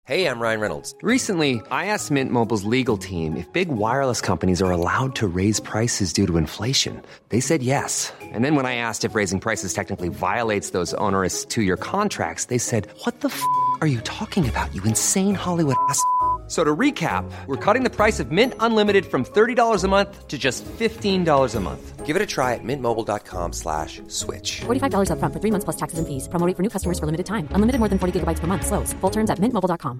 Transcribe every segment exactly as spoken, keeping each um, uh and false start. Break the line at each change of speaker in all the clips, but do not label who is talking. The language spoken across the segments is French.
Hey, I'm Ryan Reynolds.
Recently, I asked Mint Mobile's legal team if big wireless companies are allowed to raise prices due to inflation. They said yes. And then when I asked if raising prices technically violates those onerous two-year contracts, they said, "What the f*** are you talking about, you insane Hollywood ass?" So to recap, we're cutting the price of Mint Unlimited from thirty dollars a month to just fifteen dollars a month.
Give it a try at mintmobile.com slash switch.
forty-five dollars up front for three months plus taxes and fees. Promo rate for new customers for limited time. Unlimited more than forty gigabytes per month. Slows full terms at mint mobile dot com.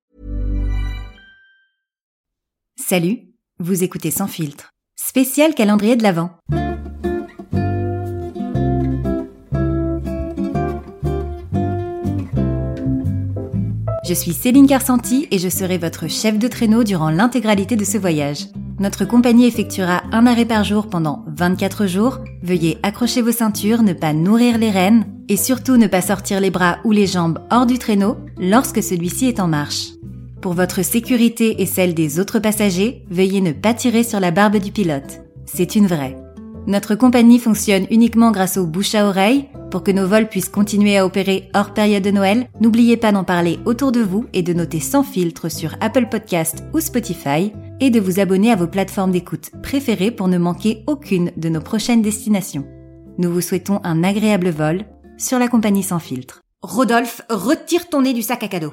Salut, vous écoutez Sans Filtre. Spécial calendrier de l'Avent. Je suis Céline Carsanti et je serai votre chef de traîneau durant l'intégralité de ce voyage. Notre compagnie effectuera un arrêt par jour pendant vingt-quatre jours. Veuillez accrocher vos ceintures, ne pas nourrir les rênes et surtout ne pas sortir les bras ou les jambes hors du traîneau lorsque celui-ci est en marche. Pour votre sécurité et celle des autres passagers, veuillez ne pas tirer sur la barbe du pilote. C'est une vraie. Notre compagnie fonctionne uniquement grâce au bouche à oreille. Pour que nos vols puissent continuer à opérer hors période de Noël, n'oubliez pas d'en parler autour de vous et de noter Sans Filtre sur Apple Podcasts ou Spotify et de vous abonner à vos plateformes d'écoute préférées pour ne manquer aucune de nos prochaines destinations. Nous vous souhaitons un agréable vol sur la compagnie Sans Filtre. Rodolphe, retire ton nez du sac à cadeau.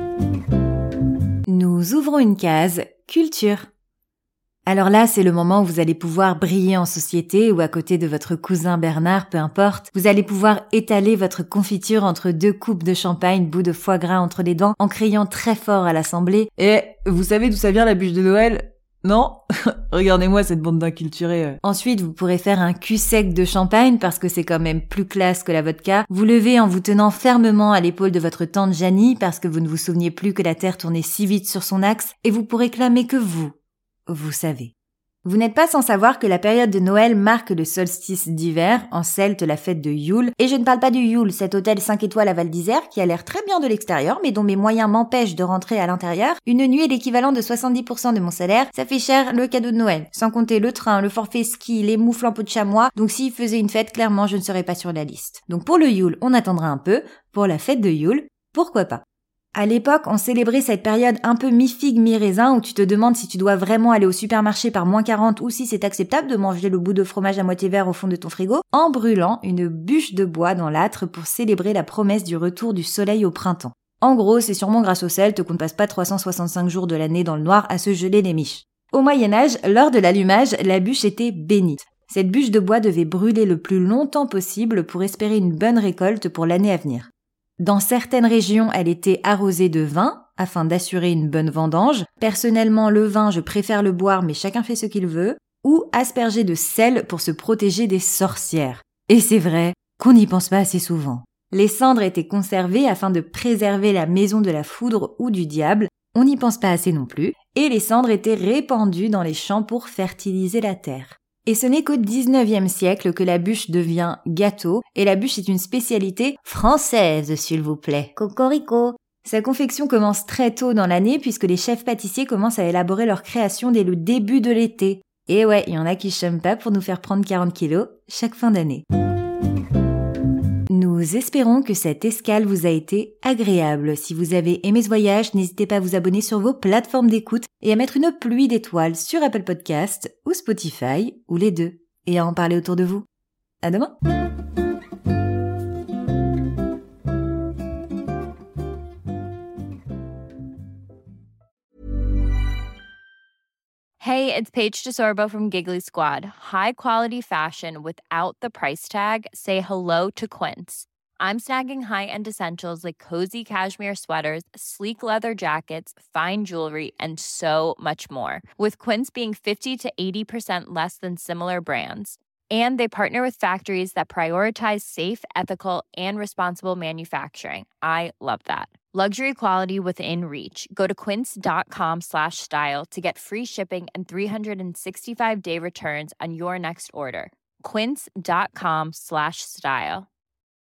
Nous ouvrons une case culture. Alors là, c'est le moment où vous allez pouvoir briller en société ou à côté de votre cousin Bernard, peu importe. Vous allez pouvoir étaler votre confiture entre deux coupes de champagne, bout de foie gras entre les dents, en criant très fort à l'assemblée. Et vous savez d'où ça vient la bûche de Noël ? Non ? Regardez-moi cette bande d'inculturés. Ensuite, vous pourrez faire un cul sec de champagne parce que c'est quand même plus classe que la vodka. Vous levez en vous tenant fermement à l'épaule de votre tante Janie parce que vous ne vous souveniez plus que la Terre tournait si vite sur son axe et vous pourrez clamer que vous, vous savez. Vous n'êtes pas sans savoir que la période de Noël marque le solstice d'hiver, en celte la fête de Yule. Et je ne parle pas du Yule, cet hôtel cinq étoiles à Val d'Isère qui a l'air très bien de l'extérieur, mais dont mes moyens m'empêchent de rentrer à l'intérieur. Une nuit est l'équivalent de soixante-dix pour cent de mon salaire, ça fait cher le cadeau de Noël. Sans compter le train, le forfait ski, les moufles en peau de chamois, donc s'il faisait une fête, clairement je ne serais pas sur la liste. Donc pour le Yule, on attendra un peu. Pour la fête de Yule, pourquoi pas. À l'époque, on célébrait cette période un peu mi-figue, mi-raisin où tu te demandes si tu dois vraiment aller au supermarché par moins quarante ou si c'est acceptable de manger le bout de fromage à moitié vert au fond de ton frigo en brûlant une bûche de bois dans l'âtre pour célébrer la promesse du retour du soleil au printemps. En gros, c'est sûrement grâce aux Celtes qu'on ne passe pas trois cent soixante-cinq jours de l'année dans le noir à se geler les miches. Au Moyen-Âge, lors de l'allumage, la bûche était bénite. Cette bûche de bois devait brûler le plus longtemps possible pour espérer une bonne récolte pour l'année à venir. Dans certaines régions, elle était arrosée de vin, afin d'assurer une bonne vendange. Personnellement, le vin, je préfère le boire, mais chacun fait ce qu'il veut. Ou aspergée de sel pour se protéger des sorcières. Et c'est vrai qu'on n'y pense pas assez souvent. Les cendres étaient conservées afin de préserver la maison de la foudre ou du diable. On n'y pense pas assez non plus. Et les cendres étaient répandues dans les champs pour fertiliser la terre. Et ce n'est qu'au dix-neuvième siècle que la bûche devient gâteau, et la bûche est une spécialité française, s'il vous plaît. Cocorico. Sa confection commence très tôt dans l'année puisque les chefs pâtissiers commencent à élaborer leur création dès le début de l'été. Et ouais, il y en a qui chôment pas pour nous faire prendre quarante kilos chaque fin d'année. Nous espérons que cette escale vous a été agréable. Si vous avez aimé ce voyage, n'hésitez pas à vous abonner sur vos plateformes d'écoute et à mettre une pluie d'étoiles sur Apple Podcasts ou Spotify, ou les deux, et à en parler autour de vous. À demain!
Hey, it's Paige DeSorbo from Giggly Squad. High quality fashion without the price tag. Say hello to Quince. I'm snagging high-end essentials like cozy cashmere sweaters, sleek leather jackets, fine jewelry, and so much more. With Quince being fifty to eighty percent less than similar brands. And they partner with factories that prioritize safe, ethical, and responsible manufacturing. I love that. Luxury quality within reach. Go to quince.com slash style to get free shipping and three sixty-five day returns on your next order. Quince.com slash style.